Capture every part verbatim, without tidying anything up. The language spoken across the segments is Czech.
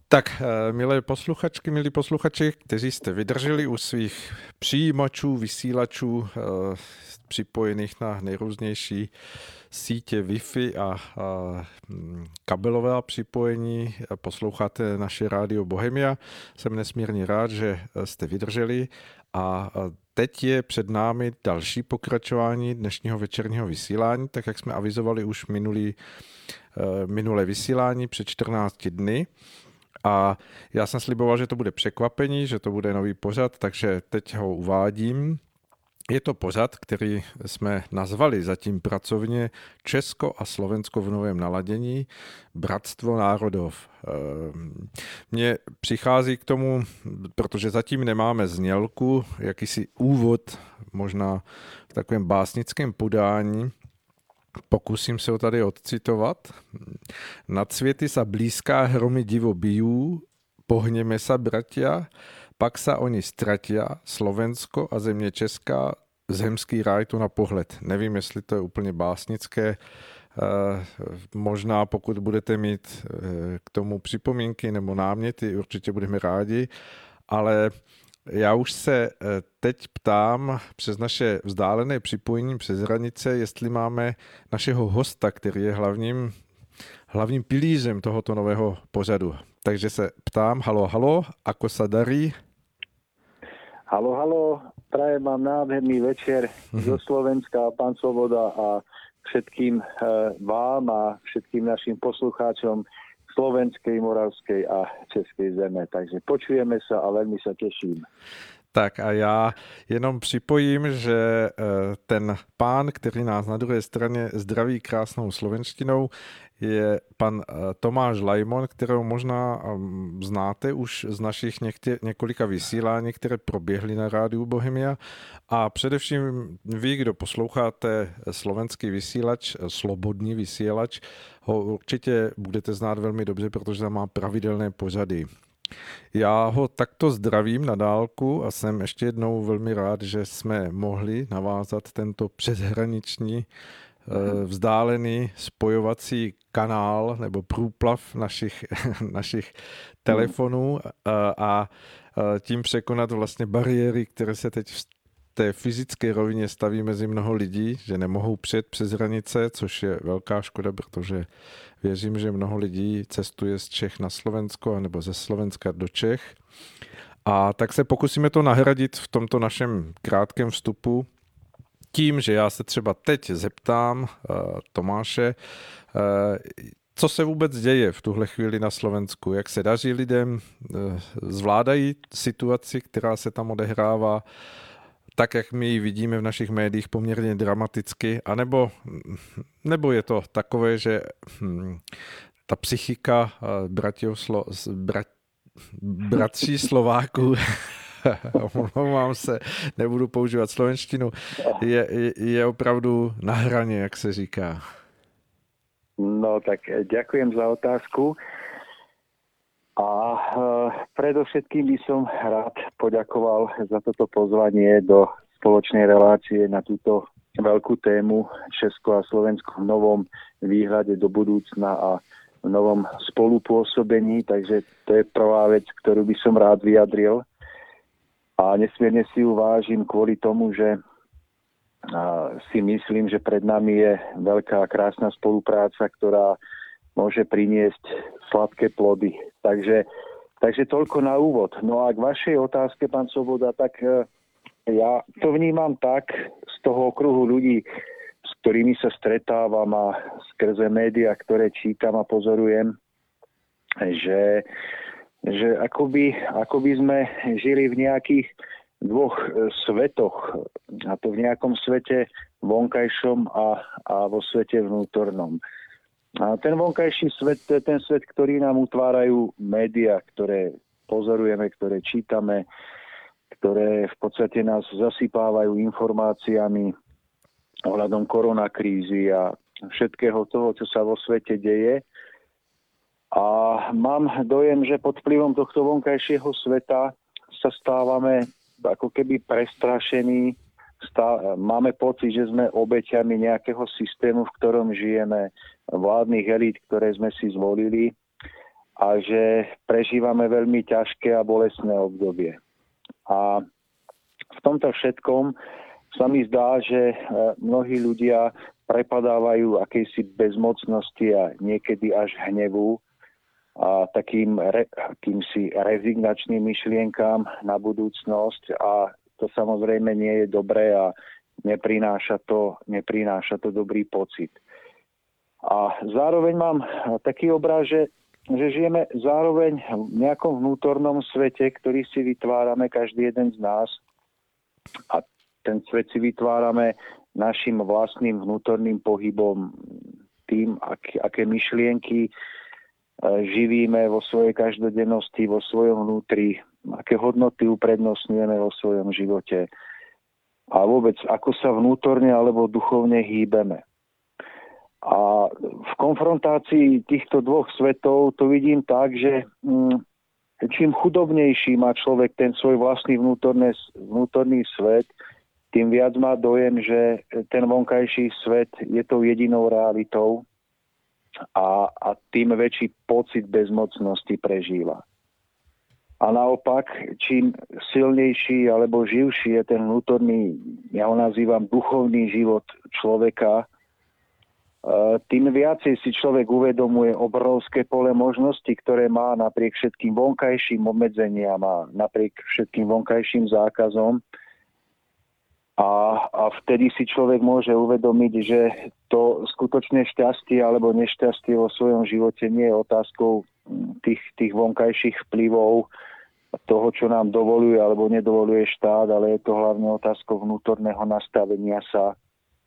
Tak, milé posluchačky, milí posluchači, kteří jste vydrželi u svých přijímačů, vysílačů připojených na nejrůznější sítě Wi-Fi a, a kabelové připojení, posloucháte naše rádio Bohemia. Jsem nesmírně rád, že jste vydrželi a teď je před námi další pokračování dnešního večerního vysílání, tak jak jsme avizovali už minulý, minulé vysílání před čtrnácti dny. A já jsem sliboval, že to bude překvapení, že to bude nový pořad, takže teď ho uvádím. Je to pořad, který jsme nazvali zatím pracovně Česko a Slovensko v novém naladění, Bratstvo národov. Mně přichází k tomu, protože zatím nemáme znělku, jakýsi úvod, možná v takovém básnickém podání. Pokusím se ho tady odcitovat. Nad světy sa blízká hromy divo bijú, pohneme sa, bratia, pak sa oni stratia, Slovensko a země Česká, zemský ráj tu na pohled. Nevím, jestli to je úplně básnické. Možná pokud budete mít k tomu připomínky nebo náměty, určitě budeme rádi, ale já už se teď ptám přes naše vzdálené připojení přes hranice, jestli máme našeho hosta, který je hlavním, hlavním pilířem tohoto nového pořadu. Takže se ptám, halo, halo, ako sa darí? Halo, halo, prajem vám nádherný večer zo Slovenska, pán Svoboda, a všetkým vám a všetkým našim poslucháčom slovenskej, moravskej a českej zeme. Takže počujeme sa a veľmi sa teším. Tak a já jenom připojím, že ten pán, který nás na druhé straně zdraví krásnou slovenštinou, je pan Tomáš Lajmon, kterého možná znáte už z našich někde, několika vysílání, které proběhly na rádiu Bohemia. A především vy, kdo posloucháte slovenský vysílač, slobodný vysílač, ho určitě budete znát velmi dobře, protože tam má pravidelné pořady. Já ho takto zdravím na dálku a jsem ještě jednou velmi rád, že jsme mohli navázat tento přeshraniční vzdálený spojovací kanál nebo průplav našich, našich telefonů a, a tím překonat vlastně bariéry, které se teď v té fyzické rovině staví mezi mnoho lidí, že nemohou přijet přes hranice, což je velká škoda, protože věřím, že mnoho lidí cestuje z Čech na Slovensko nebo ze Slovenska do Čech. A tak se pokusíme to nahradit v tomto našem krátkém vstupu tím, že já se třeba teď zeptám uh, Tomáše, uh, co se vůbec děje v tuhle chvíli na Slovensku, jak se daří lidem, uh, zvládají situaci, která se tam odehrává, tak, jak my ji vidíme v našich médiích poměrně dramaticky, anebo nebo je to takové, že hm, ta psychika uh, bratiu Slo, brat, bratří Slováků omlouvám se, nebudu používat slovenštinu, je, je, je opravdu na hraně, jak se říká. No tak ďakujem za otázku. A e, predovšetkým by som rád poďakoval za toto pozvanie do spoločnej relácie na túto veľkú tému Česko a Slovensko v novom výhľade do budúcna a v novom spolupôsobení. Takže to je prvá vec, ktorú by som rád vyjadril. A nesmierne si ju vážim kvôli tomu, že si myslím, že pred nami je veľká a krásna spolupráca, ktorá môže priniesť sladké plody. Takže, takže toľko na úvod. No a k vašej otázke, pán Svoboda, tak ja to vnímam tak z toho okruhu ľudí, s ktorými sa stretávam a skrze médiá, ktoré čítam a pozorujem, že že akoby, akoby sme žili v nejakých dvoch svetoch, a to v nejakom svete vonkajšom a, a vo svete vnútornom. A ten vonkajší svet, to je ten svet, ktorý nám utvárajú médiá, ktoré pozorujeme, ktoré čítame, ktoré v podstate nás zasypávajú informáciami ohľadom koronakrízy a všetkého toho, čo sa vo svete deje. A mám dojem, že pod vplyvom tohto vonkajšieho sveta sa stávame ako keby prestrašení. Stá- máme pocit, že sme obeťami nejakého systému, v ktorom žijeme, vládnych elít, ktoré sme si zvolili. a že prežívame veľmi ťažké a bolestné obdobie. A v tomto všetkom sa mi zdá, že mnohí ľudia prepadávajú akejsi bezmocnosti a niekedy až hnevu a takým re, akýmsi rezignačným myšlienkám na budúcnosť a to samozrejme nie je dobré a neprináša to, neprináša to dobrý pocit. A zároveň mám taký obraz, že, že žijeme zároveň v nejakom vnútornom svete, ktorý si vytvárame každý jeden z nás a ten svet si vytvárame našim vlastným vnútorným pohybom, tým, ak, aké myšlienky živíme vo svojej každodennosti, vo svojom vnútri, aké hodnoty uprednostňujeme vo svojom živote a vôbec ako sa vnútorne alebo duchovne hýbeme. A v konfrontácii týchto dvoch svetov to vidím tak, že čím chudobnejší má človek ten svoj vlastný vnútorný, vnútorný svet, tým viac má dojem, že ten vonkajší svet je tou jedinou realitou a, a tým väčší pocit bezmocnosti prežíva. A naopak, čím silnejší alebo živší je ten vnútorný, ja ho nazývam duchovný život človeka, tým viacej si človek uvedomuje obrovské pole možností, ktoré má napriek všetkým vonkajším obmedzeniam a napriek všetkým vonkajším zákazom. A, a vtedy si človek môže uvedomiť, že to skutočné šťastie alebo nešťastie vo svojom živote nie je otázkou tých, tých vonkajších vplyvov, toho, čo nám dovoluje alebo nedovoluje štát, ale je to hlavne otázkou vnútorného nastavenia sa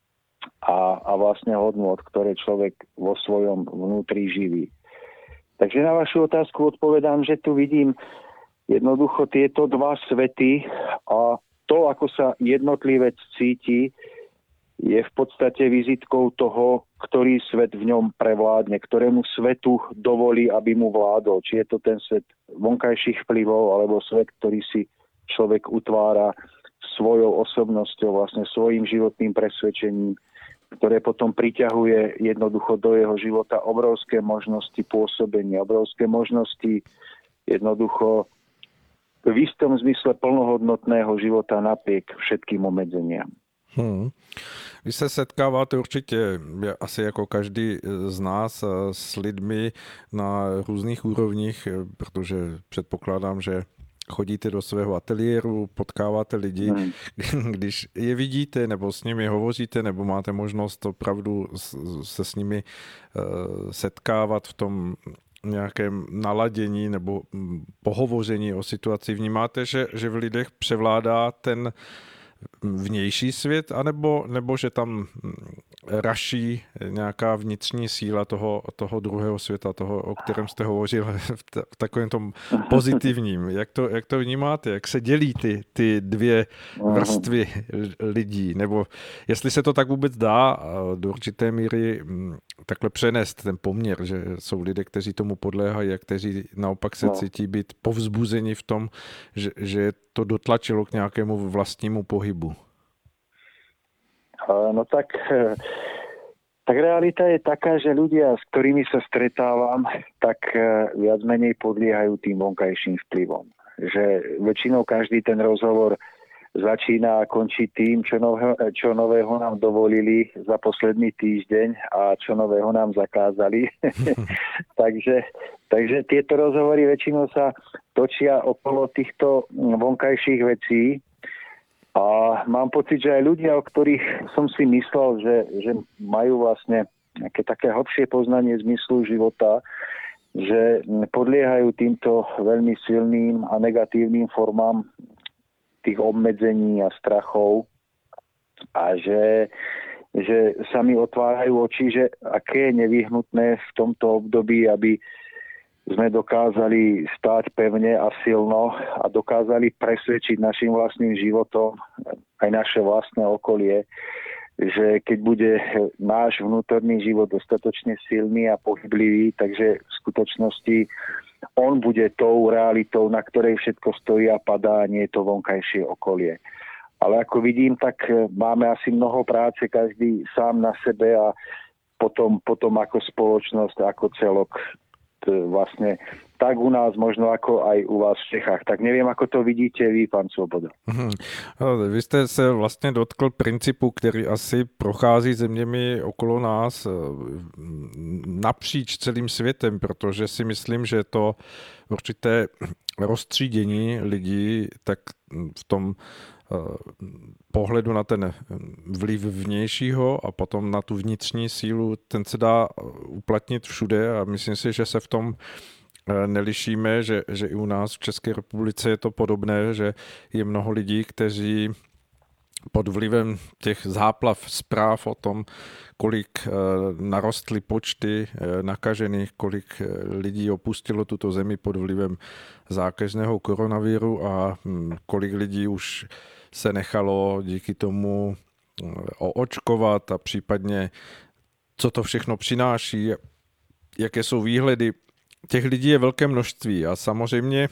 a, a vlastne hodnôt, ktoré človek vo svojom vnútri živí. Takže na vašu otázku odpovedám, že tu vidím jednoducho tieto dva svety a to, ako sa jednotlivec cíti, je v podstate vizitkou toho, ktorý svet v ňom prevládne, ktorému svetu dovolí, aby mu vládol. Či je to ten svet vonkajších vplyvov, alebo svet, ktorý si človek utvára svojou osobnosťou, vlastne svojím životným presvedčením, ktoré potom priťahuje jednoducho do jeho života obrovské možnosti pôsobenia, obrovské možnosti jednoducho v istom zmysle plnohodnotného života napriek všetkým obmedzeniam. Hmm. Vy se setkáváte určitě asi jako každý z nás s lidmi na různých úrovních, protože předpokládám, že chodíte do svého ateliéru, potkáváte lidi, hmm. když je vidíte nebo s nimi hovoříte, nebo máte možnost opravdu se s nimi setkávat v tom nějakém naladění nebo pohovoření o situaci, vnímáte, že, že v lidech převládá ten vnější svět, anebo nebo že tam raší nějaká vnitřní síla toho, toho druhého světa, toho, o kterém jste hovořil v, t- v takovém tom pozitivním. Jak to, jak to vnímáte? Jak se dělí ty, ty dvě vrstvy lidí? Nebo jestli se to tak vůbec dá do určité míry takhle přenést ten poměr, že jsou lidé, kteří tomu podléhají a kteří naopak se cítí být povzbuzeni v tom, že, že to dotlačilo k nějakému vlastnímu pohybu? No tak, tak realita je taká, že ľudia, s ktorými sa stretávam, tak viac menej podliehajú tým vonkajším vplyvom. Že väčšinou každý ten rozhovor začína a končí tým, čo nového, čo nového nám dovolili za posledný týždeň a čo nového nám zakázali. takže, takže tieto rozhovory väčšinou sa točia okolo týchto vonkajších vecí. A mám pocit, že aj ľudia, o ktorých som si myslel, že, že majú vlastne nejaké také hlbšie poznanie zmyslu života, že podliehajú týmto veľmi silným a negatívnym formám tých obmedzení a strachov a že, že sa mi otvárajú oči, že aké je nevyhnutné v tomto období, aby sme dokázali stáť pevne a silno a dokázali presvedčiť našim vlastným životom aj naše vlastné okolie, že keď bude náš vnútorný život dostatočne silný a pohyblivý, takže v skutočnosti on bude tou realitou, na ktorej všetko stojí a padá, a nie je to vonkajšie okolie. Ale ako vidím, tak máme asi mnoho práce, každý sám na sebe a potom, potom ako spoločnosť, ako celok vlastne tak u nás, možno ako aj u vás v Čechách. Tak neviem, ako to vidíte vy, pán Svoboda. Hmm. Vy jste se vlastně dotkl principu, který asi prochází zeměmi okolo nás napříč celým světem, protože si myslím, že to určité roztřídění lidí, tak v tom pohledu na ten vliv vnějšího a potom na tu vnitřní sílu, ten se dá uplatnit všude a myslím si, že se v tom nelišíme, že, že i u nás v České republice je to podobné, že je mnoho lidí, kteří pod vlivem těch záplav zpráv o tom, kolik narostly počty nakažených, kolik lidí opustilo tuto zemi pod vlivem zákeřného koronaviru a kolik lidí už se nechalo díky tomu oočkovat a případně co to všechno přináší, jaké jsou výhledy. Těch lidí je velké množství a samozřejmě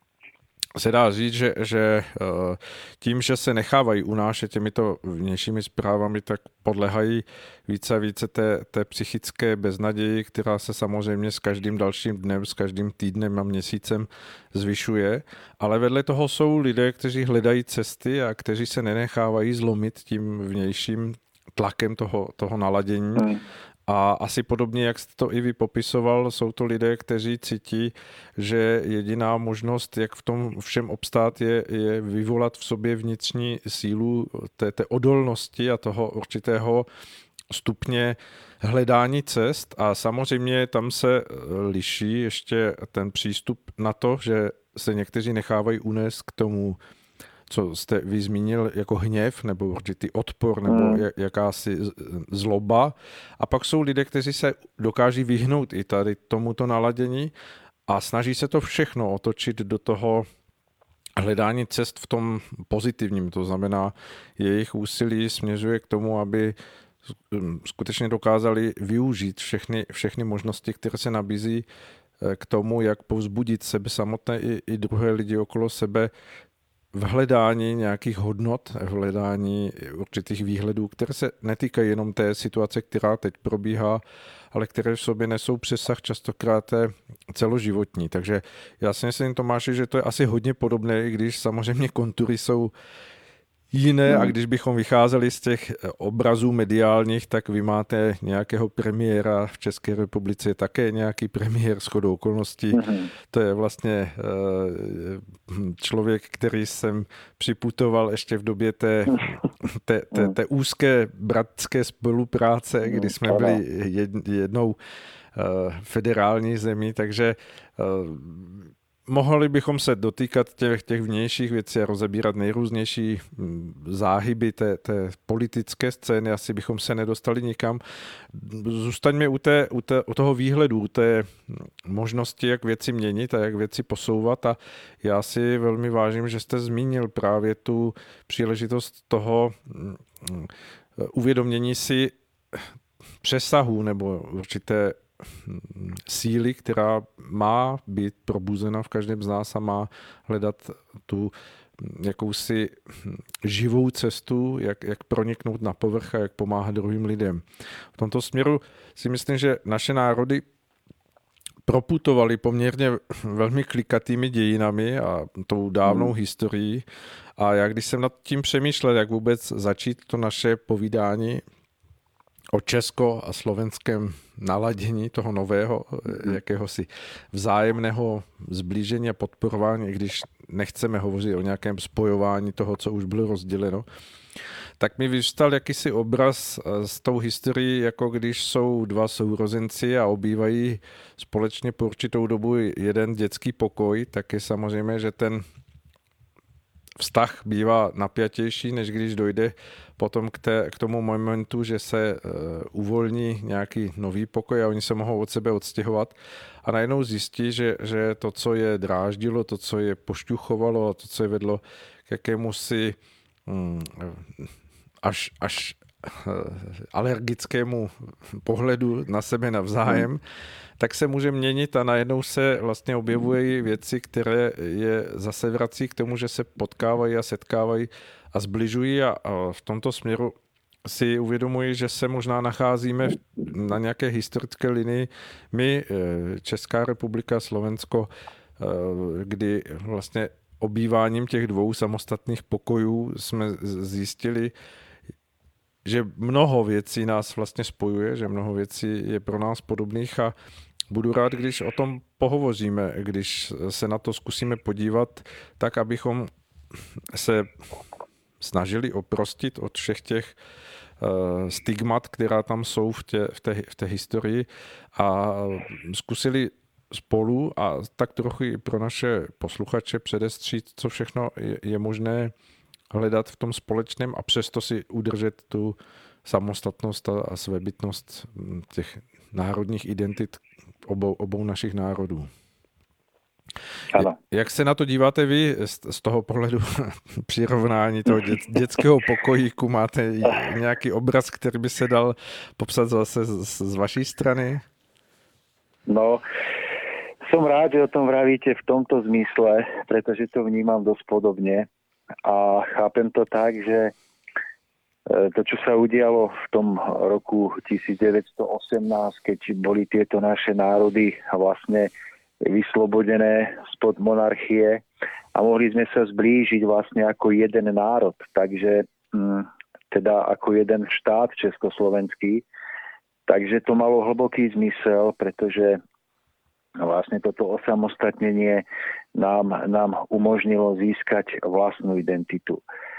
se dá říct, že, že tím, že se nechávají unášet těmito vnějšími zprávami, tak podlehají více a více té, té psychické beznaději, která se samozřejmě s každým dalším dnem, s každým týdnem a měsícem zvyšuje. Ale vedle toho jsou lidé, kteří hledají cesty a kteří se nenechávají zlomit tím vnějším tlakem toho, toho naladění. Hmm. A asi podobně, jak jste to i vy popisoval, jsou to lidé, kteří cítí, že jediná možnost, jak v tom všem obstát, je, je vyvolat v sobě vnitřní sílu té, té odolnosti a toho určitého stupně hledání cest. A samozřejmě tam se liší ještě ten přístup na to, že se někteří nechávají unést k tomu, co jste vy zmínil jako hněv nebo určitý odpor nebo jakási zloba. A pak jsou lidé, kteří se dokáží vyhnout i tady tomuto naladění a snaží se to všechno otočit do toho hledání cest v tom pozitivním. To znamená, jejich úsilí směřuje k tomu, aby skutečně dokázali využít všechny, všechny možnosti, které se nabízí k tomu, jak povzbudit sebe samotné i, i druhé lidi okolo sebe v hledání nějakých hodnot, v hledání určitých výhledů, které se netýkají jenom té situace, která teď probíhá, ale které v sobě nesou přesah častokrát té celoživotní. Takže já si myslím, Tomáši, že to je asi hodně podobné, i když samozřejmě kontury jsou jiné a když bychom vycházeli z těch obrazů mediálních, tak vy máte nějakého premiéra v České republice, také nějaký premiér shodou okolností. To je vlastně člověk, který jsem připutoval ještě v době té, té, té, té úzké bratské spolupráce, kdy jsme byli jednou federální zemí, takže mohli bychom se dotýkat těch, těch vnějších věcí a rozebírat nejrůznější záhyby té, té politické scény. Asi bychom se nedostali nikam. Zůstaňme u, té, u, té, u toho výhledu, u té možnosti, jak věci měnit a jak věci posouvat. A já si velmi vážím, že jste zmínil právě tu příležitost toho uvědomění si přesahu nebo určité síly, která má být probuzena v každém z nás a má hledat tu jakousi živou cestu, jak, jak proniknout na povrch a jak pomáhat druhým lidem. V tomto směru si myslím, že naše národy proputovali poměrně velmi klikatými dějinami a tou dávnou hmm. historií. A já když jsem nad tím přemýšlel, jak vůbec začít to naše povídání o česko- a slovenském naladění toho nového, jakéhosi vzájemného zblížení a podporování, i když nechceme hovořit o nějakém spojování toho, co už bylo rozděleno, tak mi vyvstal jakýsi obraz s tou historií, jako když jsou dva sourozenci a obývají společně po určitou dobu jeden dětský pokoj, tak je samozřejmě, že ten vztah bývá napjatější, než když dojde potom k, té, k tomu momentu, že se uh, uvolní nějaký nový pokoj a oni se mohou od sebe odstěhovat a najednou zjistí, že, že to, co je dráždilo, to, co je pošťuchovalo a to, co je vedlo k jakémusi um, až, až uh, alergickému pohledu na sebe navzájem, hmm. tak se může měnit a najednou se vlastně objevují věci, které je zase vrací k tomu, že se potkávají a setkávají a zbližují a, a v tomto směru si uvědomuji, že se možná nacházíme na nějaké historické linii. My, Česká republika, Slovensko, kdy vlastně obýváním těch dvou samostatných pokojů jsme zjistili, že mnoho věcí nás vlastně spojuje, že mnoho věcí je pro nás podobných a budu rád, když o tom pohovoříme, když se na to zkusíme podívat, tak abychom se snažili oprostit od všech těch stigmat, která tam jsou v, tě, v, té, v té historii a zkusili spolu a tak trochu i pro naše posluchače předestřít, co všechno je, je možné hledat v tom společném a přesto si udržet tu samostatnost a svébytnost těch národních identit obou, obou našich národů. Ano. Jak se na to díváte vy z toho pohledu přirovnání toho dět, dětského pokojíku? Máte nějaký obraz, který by se dal popsat zase z, z vaší strany? No, som rád, že o tom vravíte v tomto zmysle, pretože to vnímam dosť podobne a chápem to tak, že to, čo sa udialo v tom roku devätnásťstoosemnásť, keď boli tieto naše národy vlastne vyslobodené spod monarchie a mohli sme sa zblížiť vlastne ako jeden národ, takže teda ako jeden štát československý. Takže to malo hlboký zmysel, pretože vlastne toto osamostatnenie nám, nám umožnilo získať vlastnú identitu.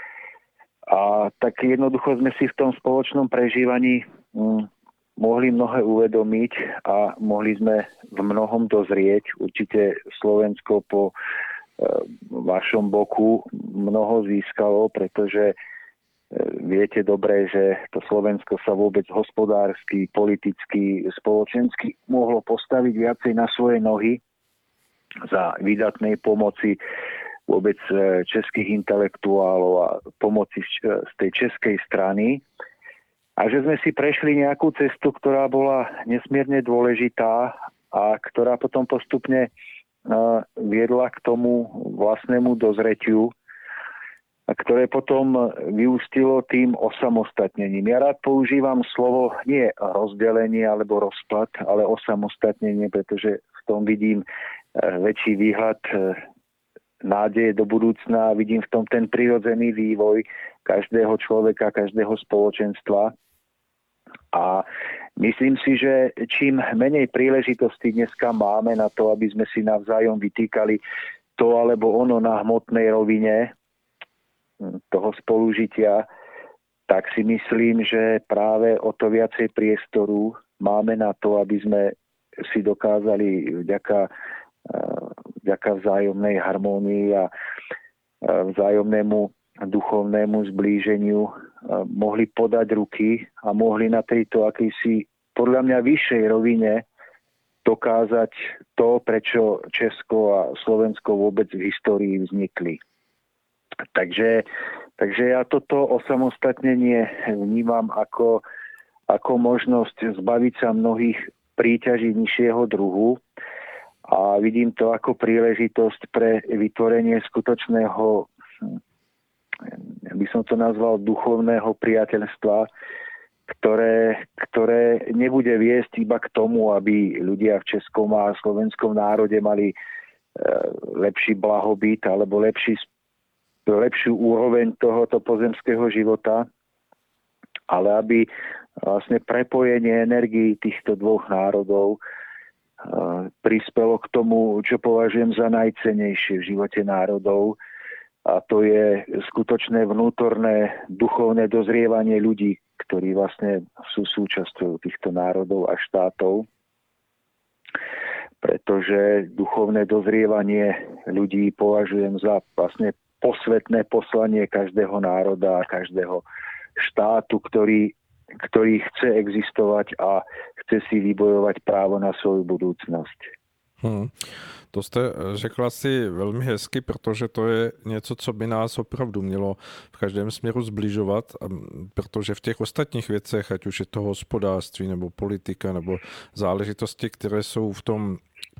A tak jednoducho sme si v tom spoločnom prežívaní hm, mohli mnohé uvedomiť a mohli sme v mnohom dozrieť. Určite Slovensko po e, vašom boku mnoho získalo, pretože viete dobre, že to Slovensko sa vôbec hospodársky, politicky, spoločensky mohlo postaviť viacej na svoje nohy za výdatnej pomoci vôbec českých intelektuálov a pomoci z tej českej strany. A že sme si prešli nejakú cestu, ktorá bola nesmierne dôležitá a ktorá potom postupne viedla k tomu vlastnému dozretiu, a ktoré potom vyústilo tým osamostatnením. Ja rád používam slovo nie rozdelenie alebo rozpad, ale osamostatnenie, pretože v tom vidím väčší výhľad nádeje do budúcna, vidím v tom ten prirodzený vývoj každého človeka, každého spoločenstva. A myslím si, že čím menej príležitostí dneska máme na to, aby sme si navzájom vytýkali to alebo ono na hmotnej rovine toho spolužitia, tak si myslím, že práve o to viacej priestoru máme na to, aby sme si dokázali vďaka, vďaka vzájomnej harmónii a vzájomnému duchovnému zblíženiu mohli podať ruky a mohli na tejto akejsi podľa mňa vyššej rovine dokázať to, prečo Česko a Slovensko vôbec v histórii vznikli. Takže, takže ja toto osamostatnenie vnímam ako, ako možnosť zbaviť sa mnohých príťaží nižšieho druhu a vidím to ako príležitosť pre vytvorenie skutočného, by som to nazval, duchovného priateľstva, ktoré, ktoré nebude viesť iba k tomu, aby ľudia v českom a slovenskom národe mali lepší blahobyt alebo lepší lepšiu úroveň tohoto pozemského života, ale aby vlastne prepojenie energií týchto dvoch národov prispelo k tomu, čo považujem za najcennejšie v živote národov, a to je skutočné vnútorné duchovné dozrievanie ľudí, ktorí vlastne sú súčasťou týchto národov a štátov, pretože duchovné dozrievanie ľudí považujem za vlastne posvetné poslanie každého národa a každého štátu, ktorý, ktorý chce existovať a chce si vybojovať právo na svoju budúcnosť. Hmm. To jste řekla si velmi hezky, protože to je něco, co by nás opravdu mělo v každém směru zbližovat, protože v těch ostatních věcech, ať už je to hospodářství nebo politika nebo záležitosti, které jsou v tom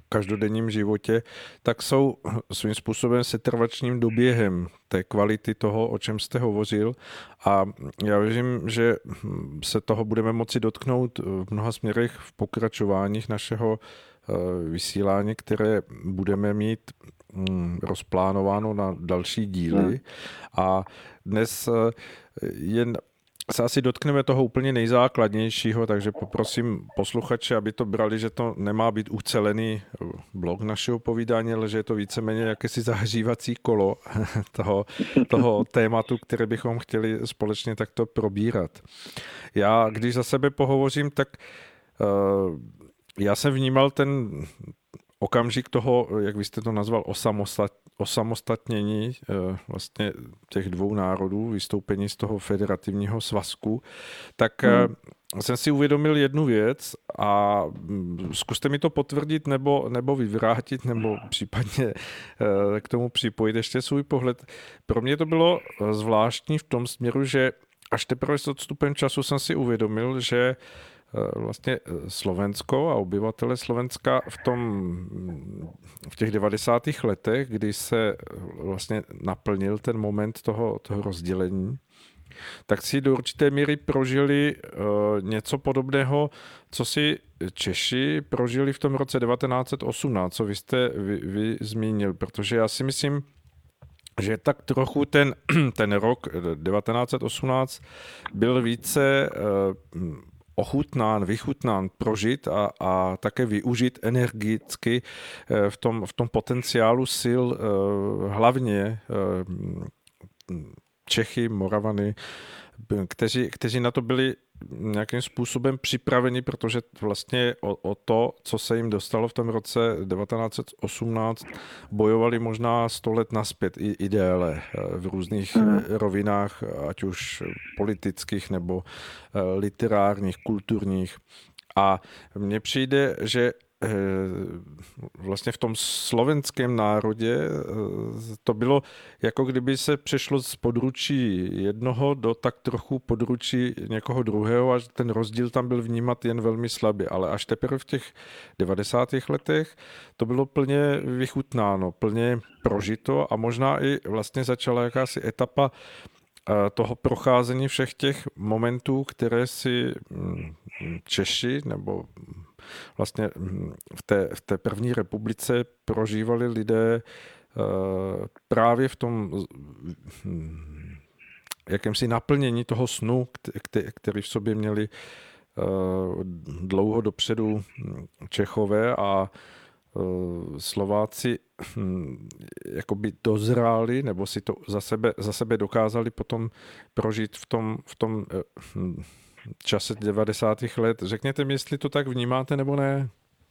každodenním životě, tak jsou svým způsobem setrvačním doběhem té kvality toho, o čem jste hovořil. A já věřím, že se toho budeme moci dotknout v mnoha směrech v pokračováních našeho vysílání, které budeme mít rozplánováno na další díly. A dnes jen se asi dotkneme toho úplně nejzákladnějšího, takže poprosím posluchače, aby to brali, že to nemá být ucelený blok našeho povídání, ale že je to víceméně jakési zahřívací kolo toho, toho tématu, které bychom chtěli společně takto probírat. Já, když za sebe pohovořím, tak uh, já jsem vnímal ten okamžik toho, jak vy jste to nazval, osamostat, osamostatnění vlastně těch dvou národů, vystoupení z toho federativního svazku, tak hmm. jsem si uvědomil jednu věc a zkuste mi to potvrdit nebo, nebo vyvrátit, nebo případně k tomu připojit ještě svůj pohled. Pro mě to bylo zvláštní v tom směru, že až teprve s odstupem času jsem si uvědomil, že vlastně Slovensko a obyvatele Slovenska v tom, v těch devadesátých letech, kdy se vlastně naplnil ten moment toho, toho rozdělení, tak si do určité míry prožili něco podobného, co si Češi prožili v tom roce devatenáct set osmnáct, co vy jste vy, vy zmínil, protože já si myslím, že tak trochu ten, ten rok devatenáct set osmnáct byl více ochutnán, vychutnán, prožit a, a také využít energicky v tom, v tom potenciálu sil hlavně Čechy, Moravany, kteří, kteří na to byli nějakým způsobem připraveni, protože vlastně o, o to, co se jim dostalo v tom roce devatenáct set osmnáct, bojovali možná sto let naspět i, i déle v různých mm. rovinách, ať už politických nebo literárních, kulturních. A mně přijde, že vlastně v tom slovenském národě to bylo, jako kdyby se přešlo z područí jednoho do tak trochu područí někoho druhého a ten rozdíl tam byl vnímat jen velmi slabě, ale až teprve v těch devadesátých letech to bylo plně vychutnáno, plně prožito a možná i vlastně začala jakási etapa toho procházení všech těch momentů, které si Češi nebo vlastně v té, v té první republice prožívali lidé právě v tom jakémsi naplnění toho snu, který v sobě měli dlouho dopředu Čechové a Slováci jakoby dozráli nebo si to za sebe, za sebe dokázali potom prožít v tom, v tom čase devadesátých let. Řekněte mi, jestli to tak vnímáte nebo ne?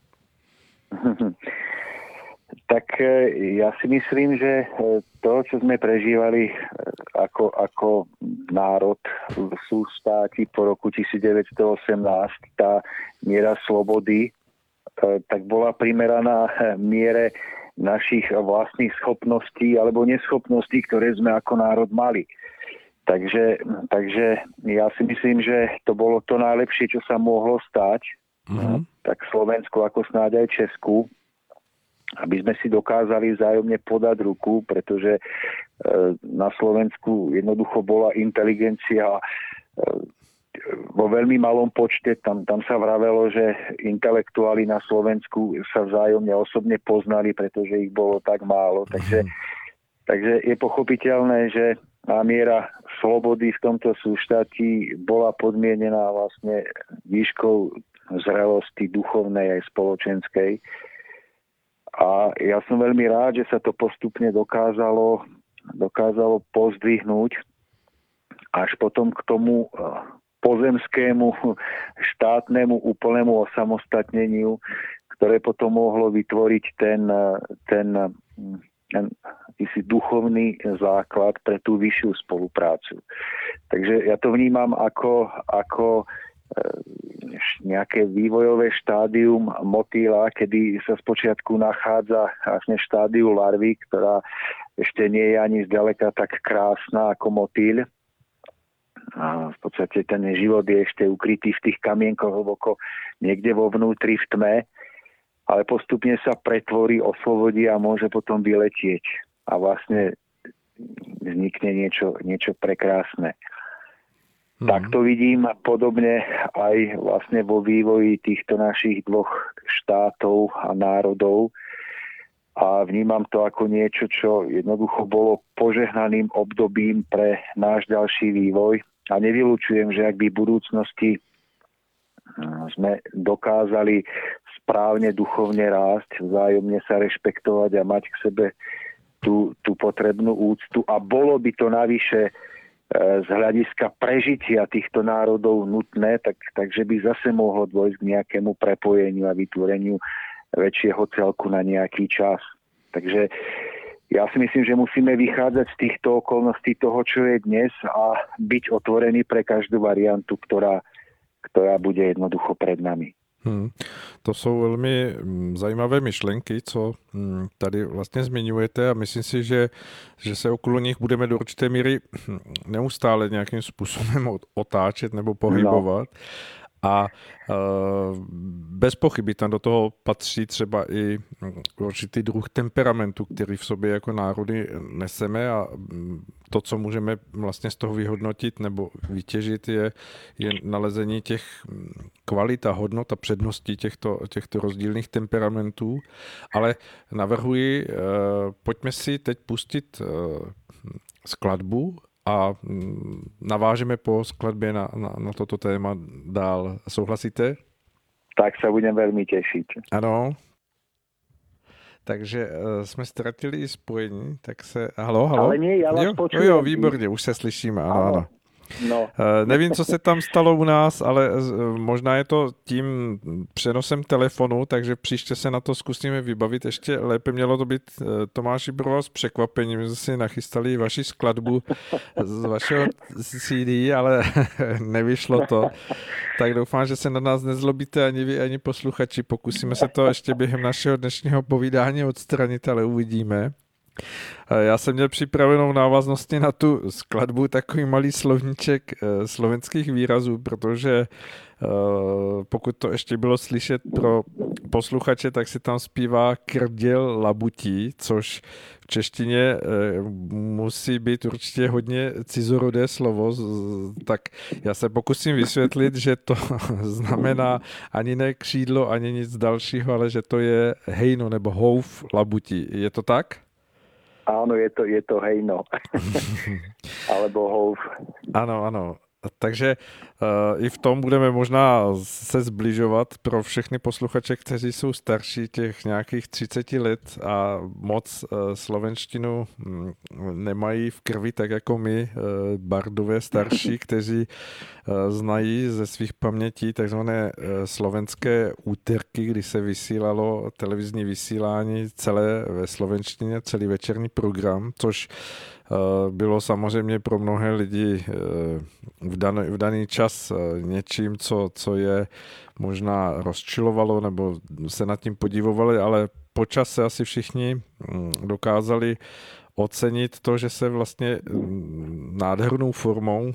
Tak ja si myslím, že to, čo sme prežívali ako, ako národ v sústáti po roku devätnásť osemnásť, tá miera slobody, tak bola primeraná miere našich vlastných schopností alebo neschopností, ktoré sme ako národ mali. Takže, takže ja si myslím, že to bolo to najlepšie, čo sa mohlo stať, mm-hmm. tak Slovensku ako snáď aj Česku, aby sme si dokázali vzájomne podať ruku, pretože na Slovensku jednoducho bola inteligencia vo veľmi malom počte. Tam, tam sa vravelo, že intelektuáli na Slovensku sa vzájomne osobne poznali, pretože ich bolo tak málo. Takže, takže je pochopiteľné, že a miera slobody v tomto súštáti bola podmienená vlastne výškou zrelosti duchovnej aj spoločenskej. A ja som veľmi rád, že sa to postupne dokázalo, dokázalo pozdvihnúť až potom k tomu pozemskému štátnemu úplnému osamostatneniu, ktoré potom mohlo vytvoriť ten, ten, ten si duchovný základ pre tú vyššiu spoluprácu. Takže ja to vnímam ako, ako nejaké vývojové štádium motýla, kedy sa spočiatku nachádza vlastne štádiu larvy, ktorá ešte nie je ani zďaleka tak krásna ako motýľ. A v podstate ten život je ešte ukrytý v tých kamienkoch hlboko niekde vo vnútri v tme. ale postupne sa pretvorí, oslobodí a môže potom vyletieť. A vlastne vznikne niečo, niečo prekrásne. Mm. Tak to vidím podobne aj vlastne vo vývoji týchto našich dvoch štátov a národov. A vnímam to ako niečo, čo jednoducho bolo požehnaným obdobím pre náš ďalší vývoj. A nevylučujem, že ak by v budúcnosti sme dokázali správne duchovne rásť, vzájomne sa rešpektovať a mať k sebe tú, tú potrebnú úctu. A bolo by to navyše z hľadiska prežitia týchto národov nutné, tak, takže by zase mohlo dôjsť k nejakému prepojeniu a vytvoreniu väčšieho celku na nejaký čas. Takže ja si myslím, že musíme vychádzať z týchto okolností toho, čo je dnes a byť otvorený pre každú variantu, ktorá, ktorá bude jednoducho pred nami. Hmm. To jsou velmi zajímavé myšlenky, co tady vlastně zmiňujete a myslím si, že, že se okolo nich budeme do určité míry neustále nějakým způsobem otáčet nebo pohybovat. No. A bez pochyby tam do toho patří třeba i určitý druh temperamentu, který v sobě jako národy neseme a to, co můžeme vlastně z toho vyhodnotit nebo vytěžit, je, je nalezení těch kvalit a hodnot a předností těchto, těchto rozdílných temperamentů. Ale navrhuji, pojďme si teď pustit skladbu a navážeme po skladbě na, na, na toto téma dál. Souhlasíte? Tak se budem velmi těšit. Ano. Takže uh, jsme ztratili spojení, tak se... Halo, halo? Ale nie, já vás jo, počujem. Jo, výborně, už se slyšíme, ano, ano. ano. No. Uh, nevím, co se tam stalo u nás, ale uh, možná je to tím přenosem telefonu, takže příště se na to zkusíme vybavit. Ještě lépe mělo to být uh, Tomáši pro vás překvapením, že si nachystali vaši skladbu z vašeho C D, ale nevyšlo to. Tak doufám, že se na nás nezlobíte ani vy, ani posluchači. Pokusíme se to ještě během našeho dnešního povídání odstranit, ale uvidíme. Já jsem měl připravenou návaznosti na tu skladbu takový malý slovníček slovenských výrazů, protože pokud to ještě bylo slyšet pro posluchače, tak si tam zpívá krděl labutí, což v češtině musí být určitě hodně cizorodé slovo, tak já se pokusím vysvětlit, že to znamená ani ne křídlo, ani nic dalšího, ale že to je hejno nebo houf labutí. Je to tak? Áno, je to, je to hejno. Alebo houf. Ano, ano. Takže uh, i v tom budeme možná se zbližovat pro všechny posluchače, kteří jsou starší těch nějakých třicet let a moc uh, slovenštinu um, nemají v krvi, tak jako my, uh, bardové starší, kteří uh, znají ze svých pamětí takzvané uh, slovenské úterky, kdy se vysílalo televizní vysílání celé ve slovenštině, celý večerní program, což bylo samozřejmě pro mnohé lidi v daný, v daný čas něčím, co, co je možná rozčilovalo nebo se nad tím podívovali, ale po čase asi všichni dokázali ocenit to, že se vlastně nádhernou formou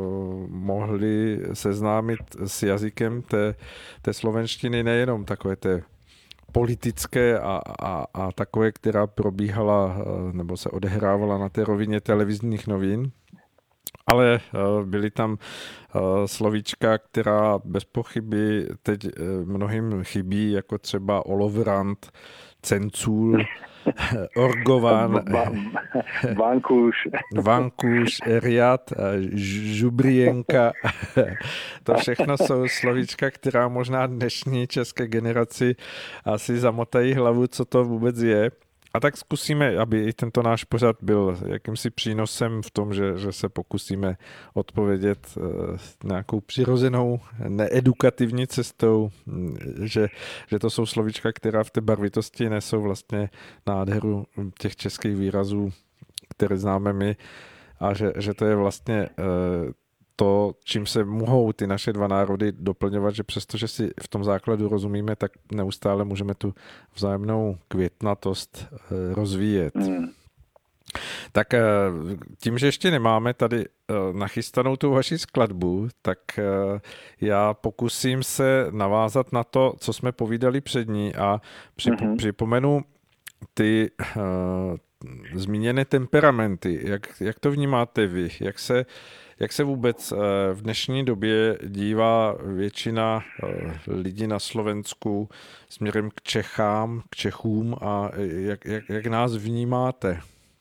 mohli seznámit s jazykem té, té slovenštiny, nejenom takové té politické a, a, a takové, která probíhala nebo se odehrávala na té rovině televizních novin, ale byly tam slovíčka, která bez pochyby teď mnohým chybí, jako třeba olovrant, cencůl, orgovan, vankuš, vankuš, eriat, žubrienka. To všechno jsou slovíčka, která možná dnešní české generaci asi zamotají hlavu, co to vůbec je. A tak zkusíme, aby i tento náš pořad byl jakýmsi přínosem v tom, že, že se pokusíme odpovědět nějakou přirozenou, needukativní cestou, že, že to jsou slovíčka, která v té barvitosti nesou vlastně nádheru těch českých výrazů, které známe my, a že, že to je vlastně to, čím se mohou ty naše dva národy doplňovat, že přestože si v tom základu rozumíme, tak neustále můžeme tu vzájemnou květnatost rozvíjet. Mm. Tak tím, že ještě nemáme tady nachystanou tu vaši skladbu, tak já pokusím se navázat na to, co jsme povídali před ní a připo- mm-hmm. připomenu ty uh, zmíněné temperamenty. Jak, jak to vnímáte vy? Jak se, jak se vůbec uh, v dnešní době dívá většina uh, lidí na Slovensku směrem k Čechám, k Čechům a jak, jak, jak nás vnímáte?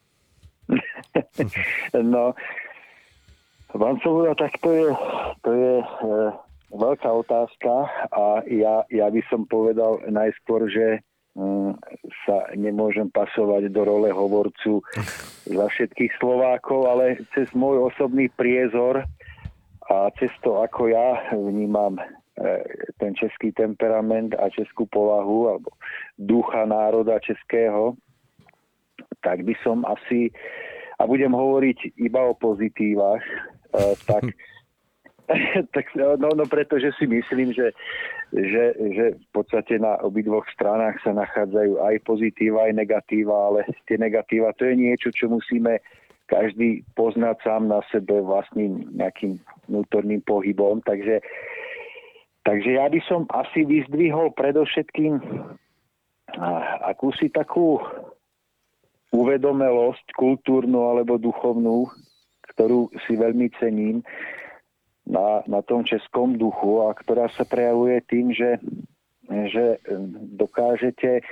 No, vám som povedal, tak to je, to je e, veľká otázka a ja, ja by som povedal najskôr, že mm, sa nemôžem pasovať do role hovorcu za všetkých Slovákov, ale cez môj osobný priezor a cez to, ako ja vnímam e, ten český temperament a českú povahu alebo ducha národa českého, tak by som asi, a budem hovoriť iba o pozitívach, uh, tak, tak no, no pretože si myslím, že, že, že v podstate na obidvoch stranách sa nachádzajú aj pozitíva, aj negatíva, ale tie negatíva to je niečo, čo musíme každý poznať sám na sebe vlastným nejakým vnútorným pohybom. Takže, takže ja by som asi vyzdvihol predovšetkým akúsi takú uvedomelosť kultúrnu alebo duchovnú, ktorú si veľmi cením na, na tom českom duchu a ktorá sa prejavuje tým, že, že dokážete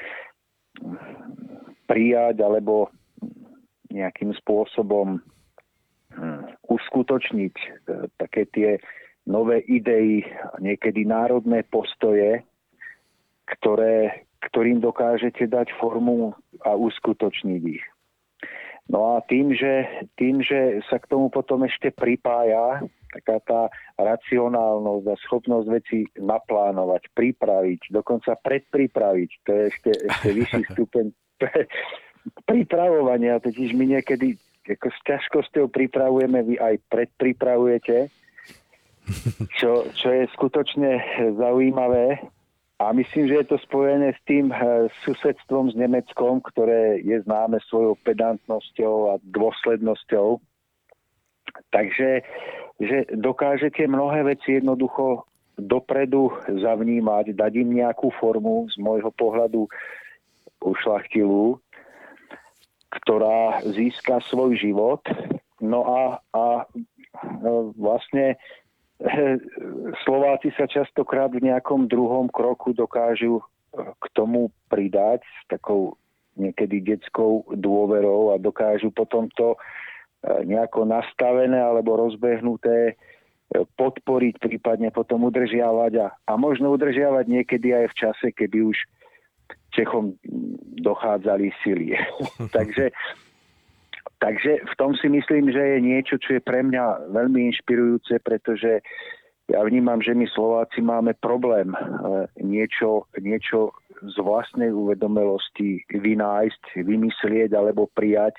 prijať alebo nejakým spôsobom uskutočniť také tie nové idei, niekedy národné postoje, ktoré ktorým dokážete dať formu a uskutočniť ich. No a tým, že, tým, že sa k tomu potom ešte pripája taká tá racionálnosť a schopnosť veci naplánovať, pripraviť, dokonca predpripraviť, to je ešte, ešte vyšší stupeň pripravovania, totiž my niekedy ako s ťažkosťou pripravujeme, vy aj predpripravujete, čo, čo je skutočne zaujímavé. A myslím, že je to spojené s tým susedstvom s Nemeckom, ktoré je známe svojou pedantnosťou a dôslednosťou. Takže že dokážete mnohé veci jednoducho dopredu zavnímať, dať im nejakú formu z môjho pohľadu ušľachtilú, ktorá získa svoj život. No a, a vlastne Slováci sa častokrát v nejakom druhom kroku dokážu k tomu pridať s takou niekedy detskou dôverou a dokážu potom to nejako nastavené alebo rozbehnuté podporiť, prípadne potom udržiavať a, a možno udržiavať niekedy aj v čase, keby už Čechom dochádzali sily. Takže Takže v tom si myslím, že je niečo, čo je pre mňa veľmi inšpirujúce, pretože ja vnímam, že my Slováci máme problém niečo, niečo z vlastnej uvedomelosti vynájsť, vymyslieť alebo prijať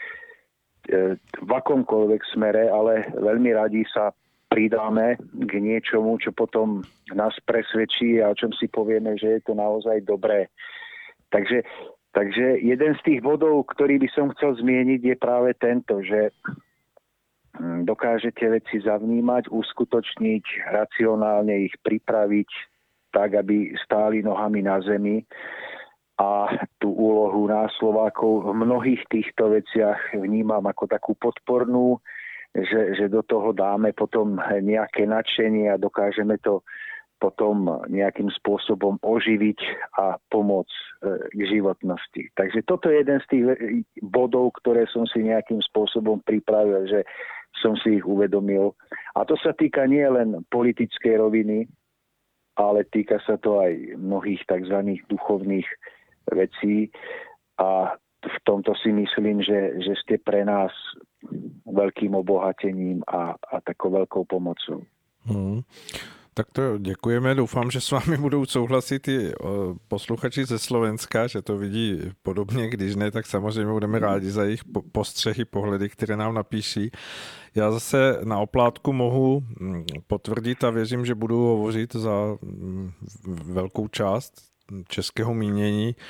v akomkoľvek smere, ale veľmi radi sa pridáme k niečomu, čo potom nás presvedčí a o čom si povieme, že je to naozaj dobré. Takže Takže jeden z tých bodov, ktorý by som chcel zmieniť, je práve tento, že dokážete veci zavnímať, uskutočniť, racionálne ich pripraviť tak, aby stáli nohami na zemi. A tú úlohu nás Slovákov v mnohých týchto veciach vnímam ako takú podpornú, že, že do toho dáme potom nejaké nadšenie a dokážeme to potom nejakým spôsobom oživiť a pomôcť k životnosti. Takže toto je jeden z tých bodov, ktoré som si nejakým spôsobom pripravil, že som si ich uvedomil. A to sa týka nie len politickej roviny, ale týka sa to aj mnohých tzv. Duchovných vecí. A v tomto si myslím, že, že ste pre nás veľkým obohatením a, a takou veľkou pomocou. Hmm. Tak to děkujeme, doufám, že s vámi budou souhlasit i posluchači ze Slovenska, že to vidí podobně, když ne, tak samozřejmě budeme rádi za jejich postřehy, pohledy, které nám napíší. Já zase na oplátku mohu potvrdit a věřím, že budu hovořit za velkou část českého mínění,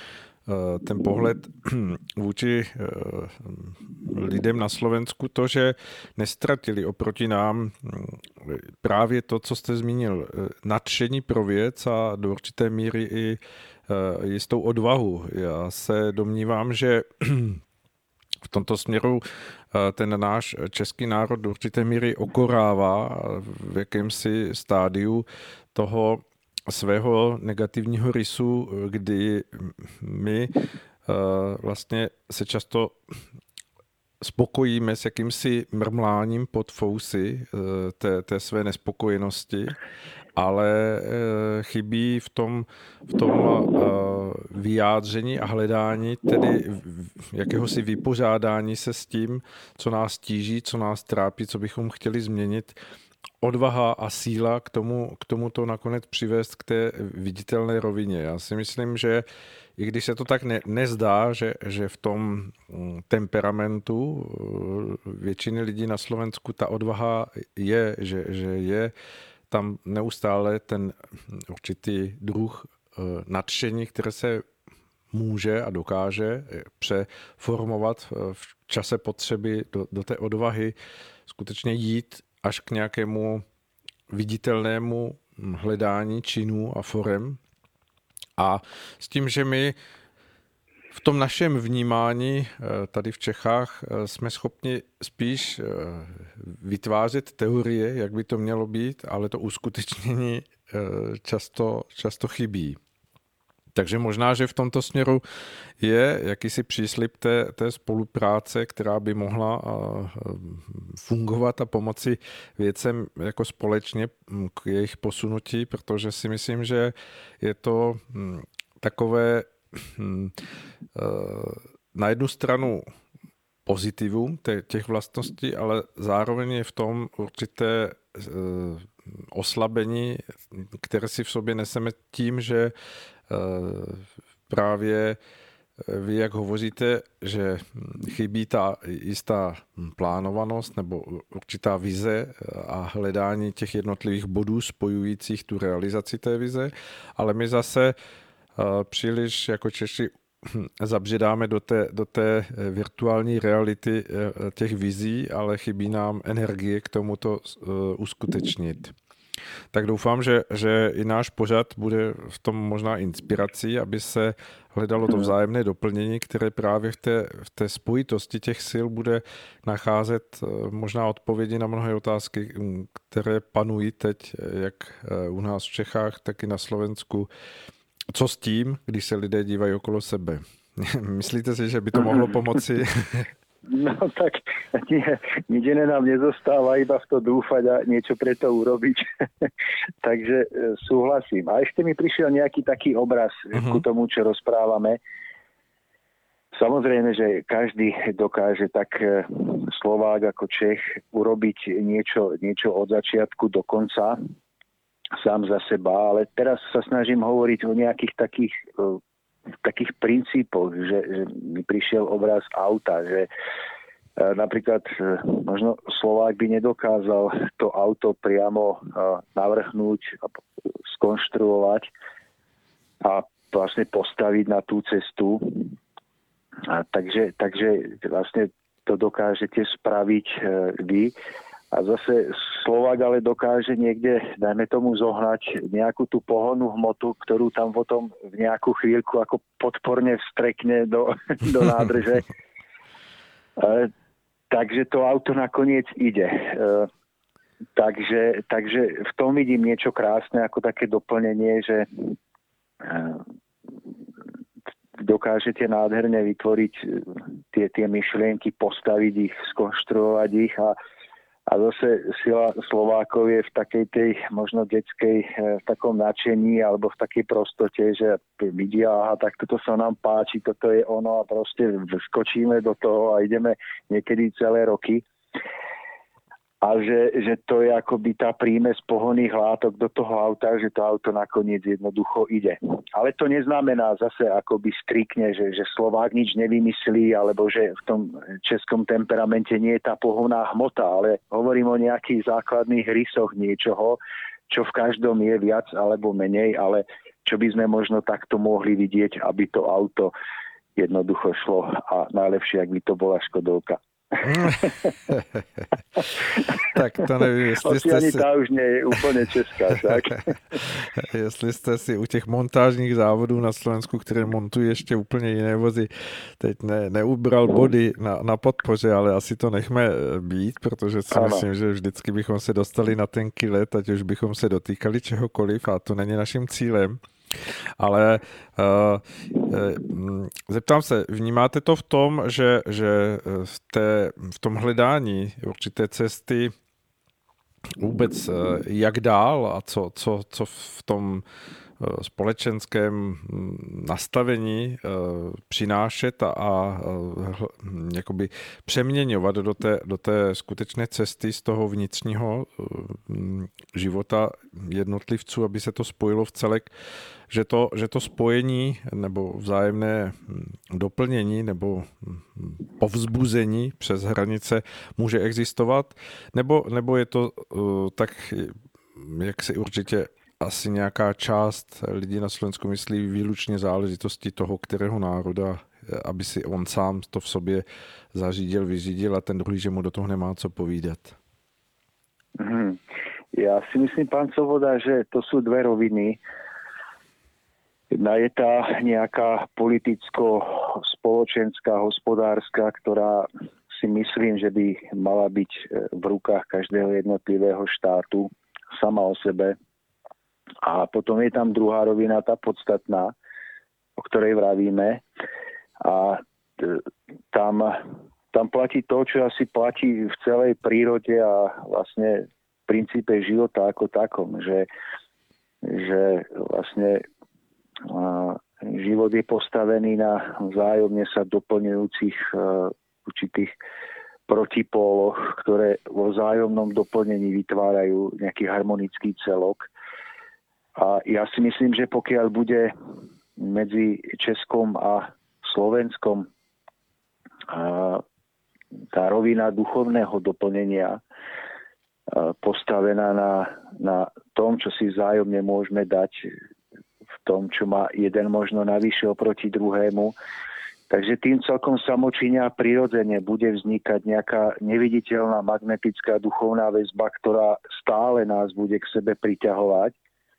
ten pohled vůči lidem na Slovensku, to, že nestratili oproti nám právě to, co jste zmínil, nadšení pro věc a do určité míry i jistou odvahu. Já se domnívám, že v tomto směru ten náš český národ do určité míry okorává v jakémsi stádiu toho svého negativního rysu, kdy my vlastně se často spokojíme s jakýmsi mrmláním pod fousy té, té své nespokojenosti, ale chybí v tom, v tom vyjádření a hledání tedy jakéhosi vypořádání se s tím, co nás tíží, co nás trápí, co bychom chtěli změnit. Odvaha a síla k tomu, k tomu to nakonec přivést k té viditelné rovině. Já si myslím, že i když se to tak ne, nezdá, že, že v tom temperamentu většiny lidí na Slovensku ta odvaha je, že, že je tam neustále ten určitý druh nadšení, které se může a dokáže přeformovat v čase potřeby do, do té odvahy skutečně jít až k nějakému viditelnému hledání činů a forem. A s tím, že my v tom našem vnímání tady v Čechách jsme schopni spíš vytvářet teorie, jak by to mělo být, ale to uskutečnění často, často chybí. Takže možná, že v tomto směru je jakýsi příslib té, té spolupráce, která by mohla fungovat a pomoci věcem jako společně k jejich posunutí, protože si myslím, že je to takové na jednu stranu pozitivum těch vlastností, ale zároveň je v tom určité oslabení, které si v sobě neseme tím, že právě vy, jak hovoříte, že chybí ta jistá plánovanost nebo určitá vize a hledání těch jednotlivých bodů spojujících tu realizaci té vize, ale my zase příliš jako Češi zabředáme do té, do té virtuální reality těch vizí, ale chybí nám energie k tomu to uskutečnit. Tak doufám, že, že i náš pořad bude v tom možná inspirací, aby se hledalo to vzájemné doplnění, které právě v té, v té spojitosti těch sil bude nacházet možná odpovědi na mnohé otázky, které panují teď, jak u nás v Čechách, tak i na Slovensku. Co s tím, když se lidé dívají okolo sebe? Myslíte si, že by to mohlo pomoci? No tak nie, nič iné nám nezostáva, iba v to dúfať a niečo pre to urobiť. Takže súhlasím. A ešte mi prišiel nejaký taký obraz uh-huh. ku tomu, čo rozprávame. Samozrejme, že každý dokáže tak Slovák ako Čech urobiť niečo, niečo od začiatku do konca sám za seba, ale teraz sa snažím hovoriť o nejakých takých v takých princípoch, že, že mi prišiel obraz auta, že e, napríklad e, možno Slovák by nedokázal to auto priamo e, navrhnúť a skonštruovať a vlastne postaviť na tú cestu. A takže, takže vlastne to dokážete spraviť e, vy. A zase Slovák ale dokáže niekde, dajme tomu, zohnať nejakú tú pohonnú hmotu, ktorú tam potom v nejakú chvíľku ako podporne vstrekne do, do nádrže. E, takže to auto nakoniec ide. E, takže, takže v tom vidím niečo krásne, ako také doplnenie, že e, dokážete nádherne vytvoriť tie, tie myšlienky, postaviť ich, skonštruovať ich a A zase sila Slovákov je v takej tej možno detskej, v takom nadšení alebo v takej prostote, že vidia, aha, tak toto sa nám páči, toto je ono a proste skočíme do toho a ideme niekedy celé roky. A že, že to je akoby tá prímes pohonných látok do toho auta, že to auto nakoniec jednoducho ide. Ale to neznamená zase akoby striktne, že, že Slovák nič nevymyslí, alebo že v tom českom temperamente nie je tá pohonná hmota, ale hovorím o nejakých základných rysoch niečoho, čo v každom je viac alebo menej, ale čo by sme možno takto mohli vidieť, aby to auto jednoducho šlo a najlepšie, ak by to bola Škodovka. Tak to nevím, jestli jste ani si... ta už nie je úplně česká, tak? Jestli jste si u těch montážních závodů na Slovensku, které montují ještě úplně jiné vozy, teď ne, neubral body na, na podpoře, ale asi to nechme být, protože si ano. myslím, že vždycky bychom se dostali na tenký let, ať už bychom se dotýkali čehokoliv a to není naším cílem. Ale uh, uh, zeptám se, vnímáte to v tom, že, že v, té, v tom hledání určité cesty vůbec uh, jak dál a co, co, co v tom uh, společenském nastavení uh, přinášet a, a uh, jakoby přeměňovat do té, do té skutečné cesty z toho vnitřního uh, života jednotlivců, aby se to spojilo v celek, že to, že to spojení nebo vzájemné doplnění nebo povzbuzení přes hranice může existovat, nebo, nebo je to uh, tak, jak si určitě asi nějaká část lidí na Slovensku myslí výlučně záležitosti toho, kterého národa, aby si on sám to v sobě zařídil, vyřídil a ten druhý, že mu do toho nemá co povídat. Hmm. Já si myslím, pán Svoboda, že to jsou dvě roviny. Jedna je tá nejaká politicko-spoločenská, hospodárska, ktorá si myslím, že by mala byť v rukách každého jednotlivého štátu sama o sebe. A potom je tam druhá rovina, tá podstatná, o ktorej vravíme. A tam, tam platí to, čo asi platí v celej prírode a vlastne v princípe života ako takom, že, že vlastne a život je postavený na vzájomne sa doplňujúcich uh, určitých protipóloch, ktoré vo vzájomnom doplnení vytvárajú nejaký harmonický celok. A ja si myslím, že pokiaľ bude medzi Českom a Slovenskom uh, tá rovina duchovného doplnenia uh, postavená na, na tom, čo si vzájomne môžeme dať v tom, čo má jeden možno navyše oproti druhému. Takže tým celkom samočine a prirodzene bude vznikať nejaká neviditeľná magnetická duchovná väzba, ktorá stále nás bude k sebe priťahovať.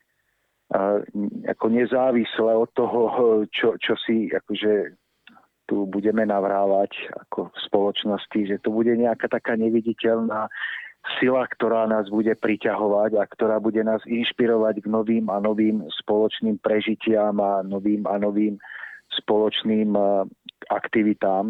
A ako nezávisle od toho, čo, čo si akože tu budeme navrávať ako v spoločnosti, že to bude nejaká taká neviditeľná sila, ktorá nás bude priťahovať a ktorá bude nás inšpirovať k novým a novým spoločným prežitiam a novým a novým spoločným aktivitám.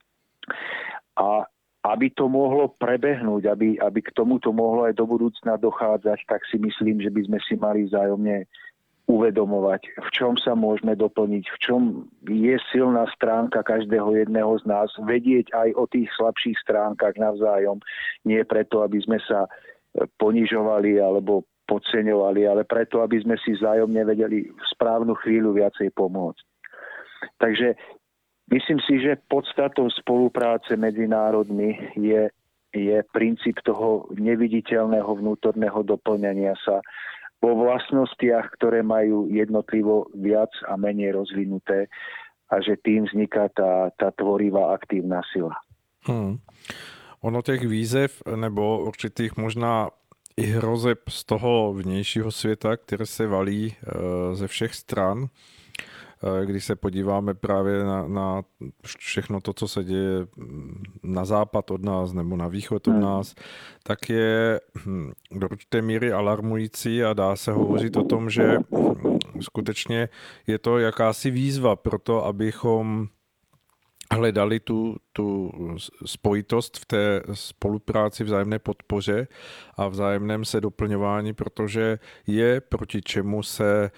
A aby to mohlo prebehnúť, aby, aby k tomuto mohlo aj do budúcna dochádzať, tak si myslím, že by sme si mali vzájomne uvedomovať, v čom sa môžeme doplniť, v čom je silná stránka každého jedného z nás, vedieť aj o tých slabších stránkach navzájom, nie preto, aby sme sa ponižovali alebo podceňovali, ale preto, aby sme si vzájomne vedeli v správnu chvíľu viacej pomôcť. Takže myslím si, že podstatou spolupráce medzi národmi je, je princíp toho neviditeľného vnútorného doplňania sa vo vlastnostiach, ktoré majú jednotlivo viac a menej rozvinuté a že tým vzniká tá, tá tvorivá aktívna sila. Hmm. Ono těch výzev nebo určitých možná i hrozeb z toho vnějšího světa, které se valí ze všech stran, když se podíváme právě na, na všechno to, co se děje na západ od nás nebo na východ od nás, tak je do určité míry alarmující a dá se hovořit o tom, že skutečně je to jakási výzva pro to, abychom hledali tu, tu spojitost v té spolupráci, vzájemné podpoře a vzájemném se doplňování, protože je proti čemu se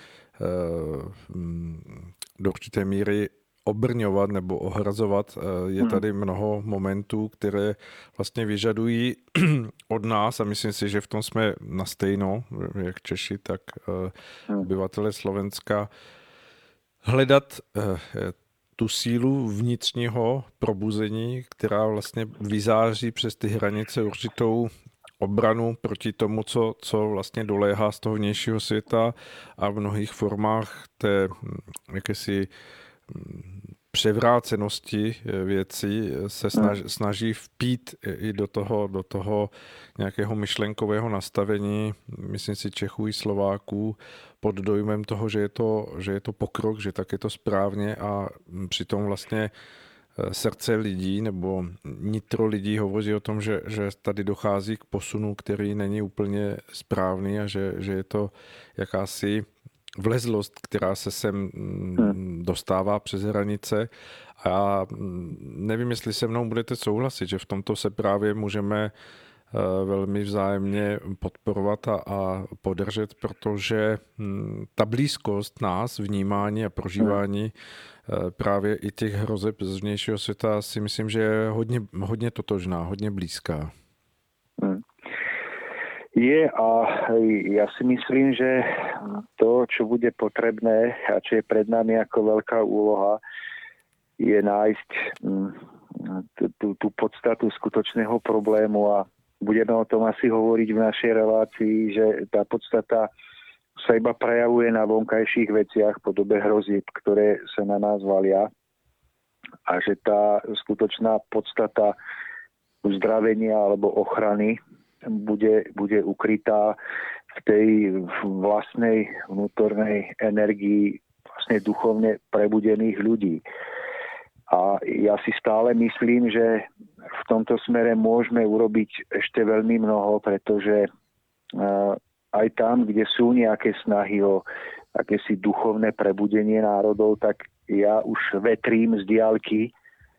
do určité míry obrňovat nebo ohrazovat. Je tady mnoho momentů, které vlastně vyžadují od nás a myslím si, že v tom jsme na stejno, jak Češi, tak obyvatele Slovenska, hledat tu sílu vnitřního probuzení, která vlastně vyzáří přes ty hranice určitou obranu proti tomu, co, co vlastně doléhá z toho vnějšího světa a v mnohých formách té jakési převrácenosti věcí se snaží, snaží vpít i do toho, do toho nějakého myšlenkového nastavení, myslím si Čechů i Slováků, pod dojmem toho, že je to, že je to pokrok, že tak je to správně a přitom vlastně srdce lidí nebo nitro lidí hovoří o tom, že, že tady dochází k posunu, který není úplně správný a že, že je to jakási vlezlost, která se sem dostává přes hranice. A já nevím, jestli se mnou budete souhlasit, že v tomto se právě můžeme velmi vzájemně podporovat a, a podržet, protože ta blízkost nás, vnímání a prožívání právě i těch hrozeb z vnějšího světa si myslím, že je hodně, hodně totožná, hodně blízká. Je a ja si myslím, že to, čo bude potrebné a čo je pred nami ako veľká úloha, je nájsť tú, tú podstatu skutočného problému a budeme o tom asi hovoriť v našej relácii, že tá podstata sa iba prejavuje na vonkajších veciach v podobe hrozieb, ktoré sa na nás valia a že tá skutočná podstata uzdravenia alebo ochrany bude, bude ukrytá v tej vlastnej vnútornej energii vlastne duchovne prebudených ľudí. A ja si stále myslím, že v tomto smere môžeme urobiť ešte veľmi mnoho, pretože aj tam, kde sú nejaké snahy o akési duchovné prebudenie národov, tak ja už vetrím z diaľky,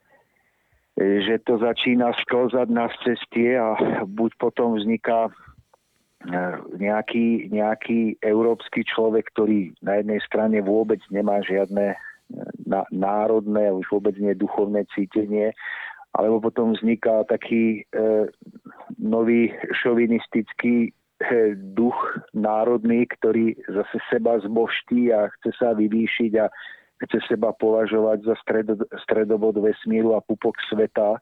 že to začína sklzať na cestie a buď potom vzniká nejaký, nejaký európsky človek, ktorý na jednej strane vôbec nemá žiadne národné, už vôbec nie duchovné cítenie, alebo potom vzniká taký e, nový šovinistický e, duch národný, ktorý zase seba zbožtí a chce sa vyvýšiť a chce seba považovať za stredo, stredobod vesmíru a pupok sveta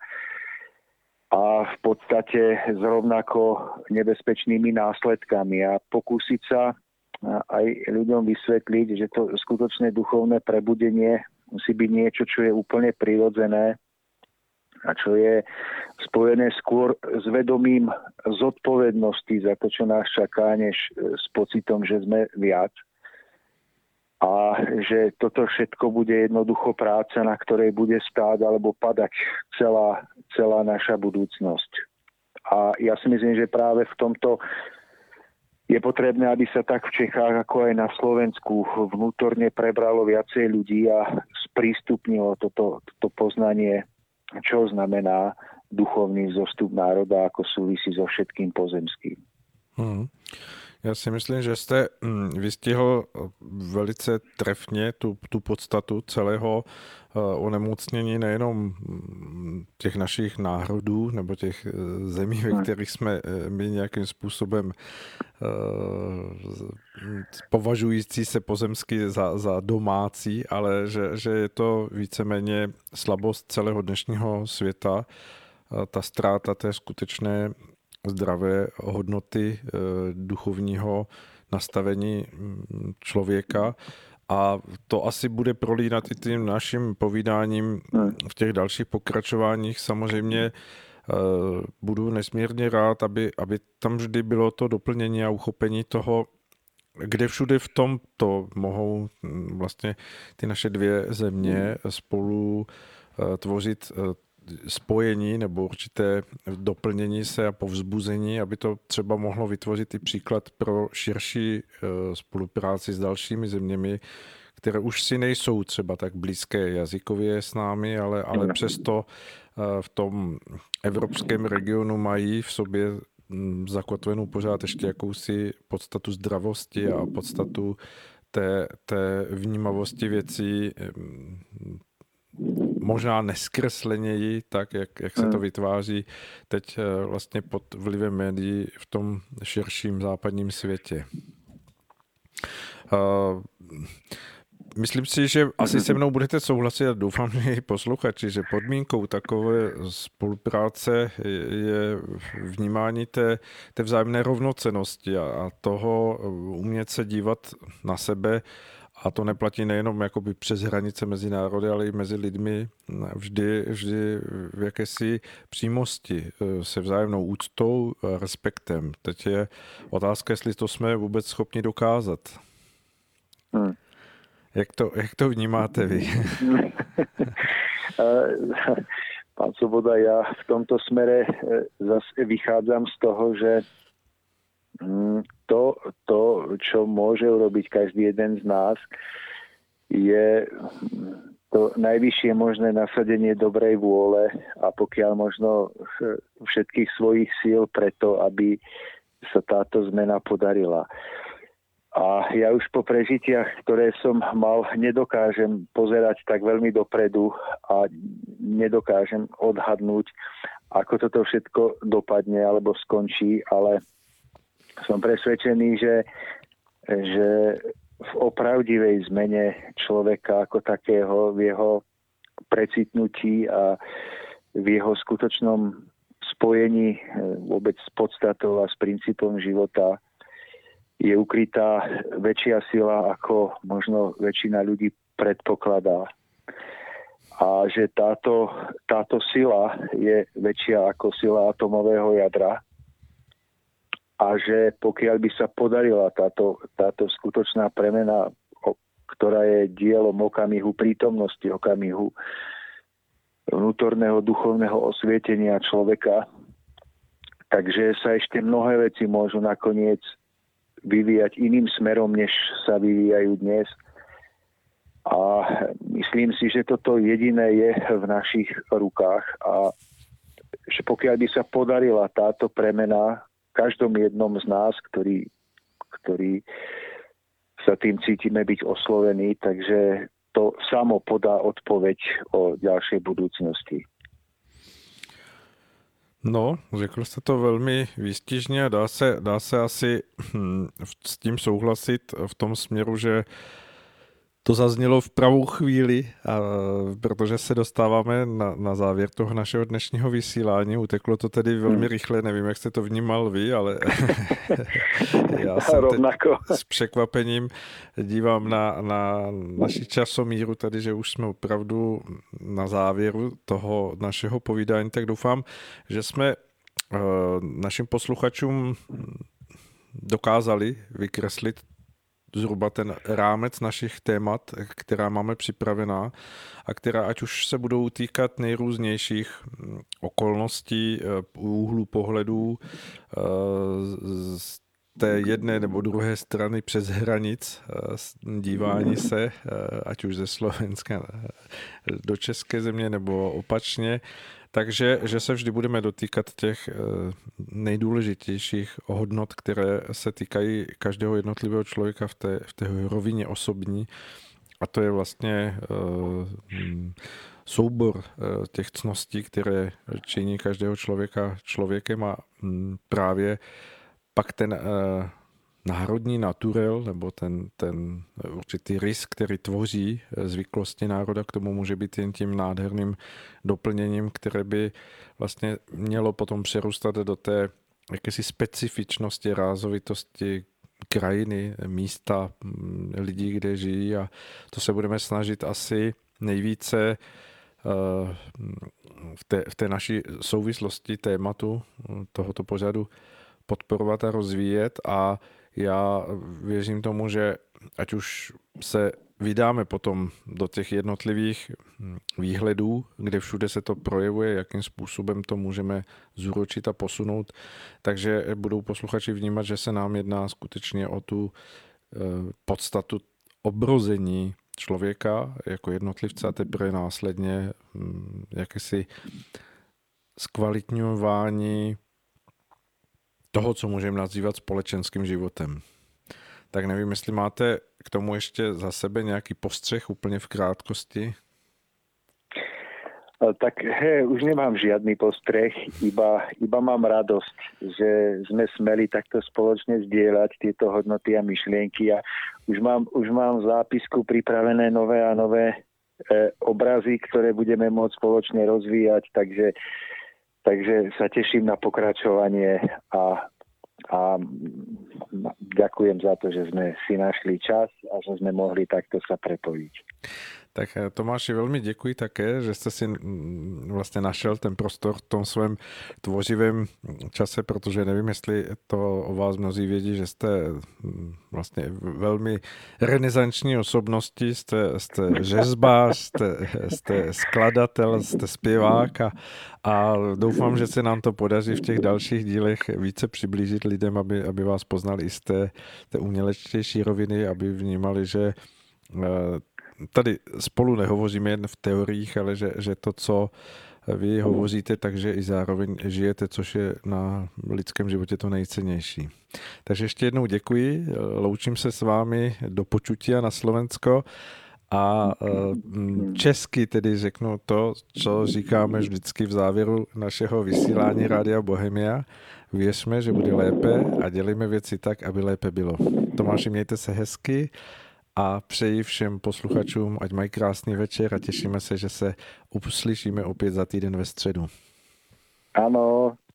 a v podstate s rovnako nebezpečnými následkami a pokúsiť sa aj ľuďom vysvetliť, že to skutočné duchovné prebudenie musí byť niečo, čo je úplne prirodzené a čo je spojené skôr s vedomím zodpovednosti za to, čo nás čaká, než s pocitom, že sme viac. A že toto všetko bude jednoducho práca, na ktorej bude stáť alebo padať celá, celá naša budúcnosť. A ja si myslím, že práve v tomto je potrebné, aby sa tak v Čechách, ako aj na Slovensku vnútorne prebralo viacej ľudí a sprístupnilo toto, toto poznanie, čo znamená duchovný vzostup národa, ako súvisí so všetkým pozemským. Hmm. Já si myslím, že jste vystihl velice trefně tu, tu podstatu celého onemocnění nejenom těch našich národů nebo těch zemí, ve kterých jsme my nějakým způsobem považující se pozemsky za, za domácí, ale že, že je to víceméně slabost celého dnešního světa, ta ztráta té skutečné zdravé hodnoty duchovního nastavení člověka a to asi bude prolínat i tím naším povídáním v těch dalších pokračováních. Samozřejmě budu nesmírně rád, aby, aby tam vždy bylo to doplnění a uchopení toho, kde všude v tomto mohou vlastně ty naše dvě země spolu tvořit spojení nebo určité doplnění se a povzbuzení, aby to třeba mohlo vytvořit i příklad pro širší spolupráci s dalšími zeměmi, které už si nejsou třeba tak blízké jazykově s námi, ale, ale přesto v tom evropském regionu mají v sobě zakotvenou pořád ještě jakousi podstatu zdravosti a podstatu té, té vnímavosti věcí, možná neskresleněji, tak jak, jak se to vytváří teď vlastně pod vlivem médií v tom širším západním světě. myslím si, že asi se mnou budete souhlasit a doufám, že i posluchači, že podmínkou takové spolupráce je vnímání té, té vzájemné rovnocennosti a, a toho umět se dívat na sebe. A to neplatí nejenom jakoby přes hranice mezi národy, ale i mezi lidmi vždy, vždy v jakési přímosti, se vzájemnou úctou a respektem. Teď je otázka, jestli to jsme vůbec schopni dokázat. Hmm. Jak to, jak to vnímáte vy? Pán Svoboda, ja v tomto smere zase vychádzam z toho, že to, to, čo môže urobiť každý jeden z nás, je to najvyššie možné nasadenie dobrej vôle a pokiaľ možno všetkých svojich síl preto, aby sa táto zmena podarila. A ja už po prežitiach, ktoré som mal, nedokážem pozerať tak veľmi dopredu a nedokážem odhadnúť, ako toto všetko dopadne alebo skončí, ale som presvedčený, že, že v opravdivej zmene človeka ako takého, v jeho precitnutí a v jeho skutočnom spojení vôbec s podstatou a s princípom života je ukrytá väčšia sila, ako možno väčšina ľudí predpokladá. A že táto, táto sila je väčšia ako sila atomového jadra. A že pokiaľ by sa podarila táto, táto skutočná premena, ktorá je dielom okamihu prítomnosti, okamihu vnútorného duchovného osvietenia človeka, takže sa ešte mnohé veci môžu nakoniec vyvíjať iným smerom, než sa vyvíjajú dnes. A myslím si, že toto jediné je v našich rukách a že pokiaľ by sa podarila táto premena každom jednom z nás, ktorý, ktorý sa tým cítime byť oslovení, takže to samo podá odpoveď o ďalšej budúcnosti. No, řekl jste to velmi výstižně a dá se, dá se asi hm, s tím souhlasit v tom směru, že to zaznělo v pravou chvíli, a, protože se dostáváme na, na závěr toho našeho dnešního vysílání. Uteklo to tedy velmi rychle, nevím, jak jste to vnímal vy, ale já jsem teď s překvapením dívám na, na naši časomíru tady, že už jsme opravdu na závěru toho našeho povídání, tak doufám, že jsme uh, našim posluchačům dokázali vykreslit zhruba ten rámec našich témat, která máme připravená a která ať už se budou týkat nejrůznějších okolností, úhlu pohledů z té jedné nebo druhé strany přes hranic dívání se, ať už ze Slovenska do české země nebo opačně. Takže že se vždy budeme dotýkat těch nejdůležitějších hodnot, které se týkají každého jednotlivého člověka v té, v té rovině osobní. A to je vlastně soubor těch cností, které činí každého člověka člověkem a právě pak ten národní naturel, nebo ten, ten určitý rys, který tvoří zvyklosti národa, k tomu může být jen tím nádherným doplněním, které by vlastně mělo potom přerůstat do té jakési specifičnosti, rázovitosti krajiny, místa, lidí, kde žijí a to se budeme snažit asi nejvíce v té, v té naší souvislosti tématu tohoto pořadu podporovat a rozvíjet a já věřím tomu, že ať už se vydáme potom do těch jednotlivých výhledů, kde všude se to projevuje, jakým způsobem to můžeme zúročit a posunout, takže budou posluchači vnímat, že se nám jedná skutečně o tu podstatu obrození člověka jako jednotlivce a teprve následně jakési zkvalitňování toho, co můžeme nazývat společenským životem. Tak nevím, jestli máte k tomu ještě za sebe nějaký postřeh úplně v krátkosti? Tak he, už nemám žiadny postreh, iba, iba mám radosť, že sme smeli takto spoločne zdieľať tieto hodnoty a myšlienky a už mám, už mám v zápisku pripravené nové a nové e, obrazy, ktoré budeme môcť spoločne rozvíjať, takže, takže sa teším na pokračovanie a, a ďakujem za to, že sme si našli čas a že sme mohli takto sa prepojiť. Tak Tomáši, velmi děkuji také, že jste si vlastně našel ten prostor v tom svém tvořivém čase, protože nevím, jestli to o vás mnozí vědí, že jste vlastně velmi renesanční osobnosti, jste, jste řezbář, jste, jste skladatel, jste zpěvák a, a doufám, že se nám to podaří v těch dalších dílech více přiblížit lidem, aby, aby vás poznali i z té, té umělečtější roviny, aby vnímali, že tady spolu nehovoříme jen v teoriích, ale že, že to, co vy hovoříte, takže i zároveň žijete, což je na lidském životě to nejcennější. Takže ještě jednou děkuji, loučím se s vámi do počutí na Slovensko a česky tedy řeknu to, co říkáme vždycky v závěru našeho vysílání Rádia Bohemia. Věřme, že bude lépe a dělejme věci tak, aby lépe bylo. Tomáši, mějte se hezky a přeji všem posluchačům, ať mají krásný večer a těšíme se, že se uslyšíme opět za týden ve středu. Ano,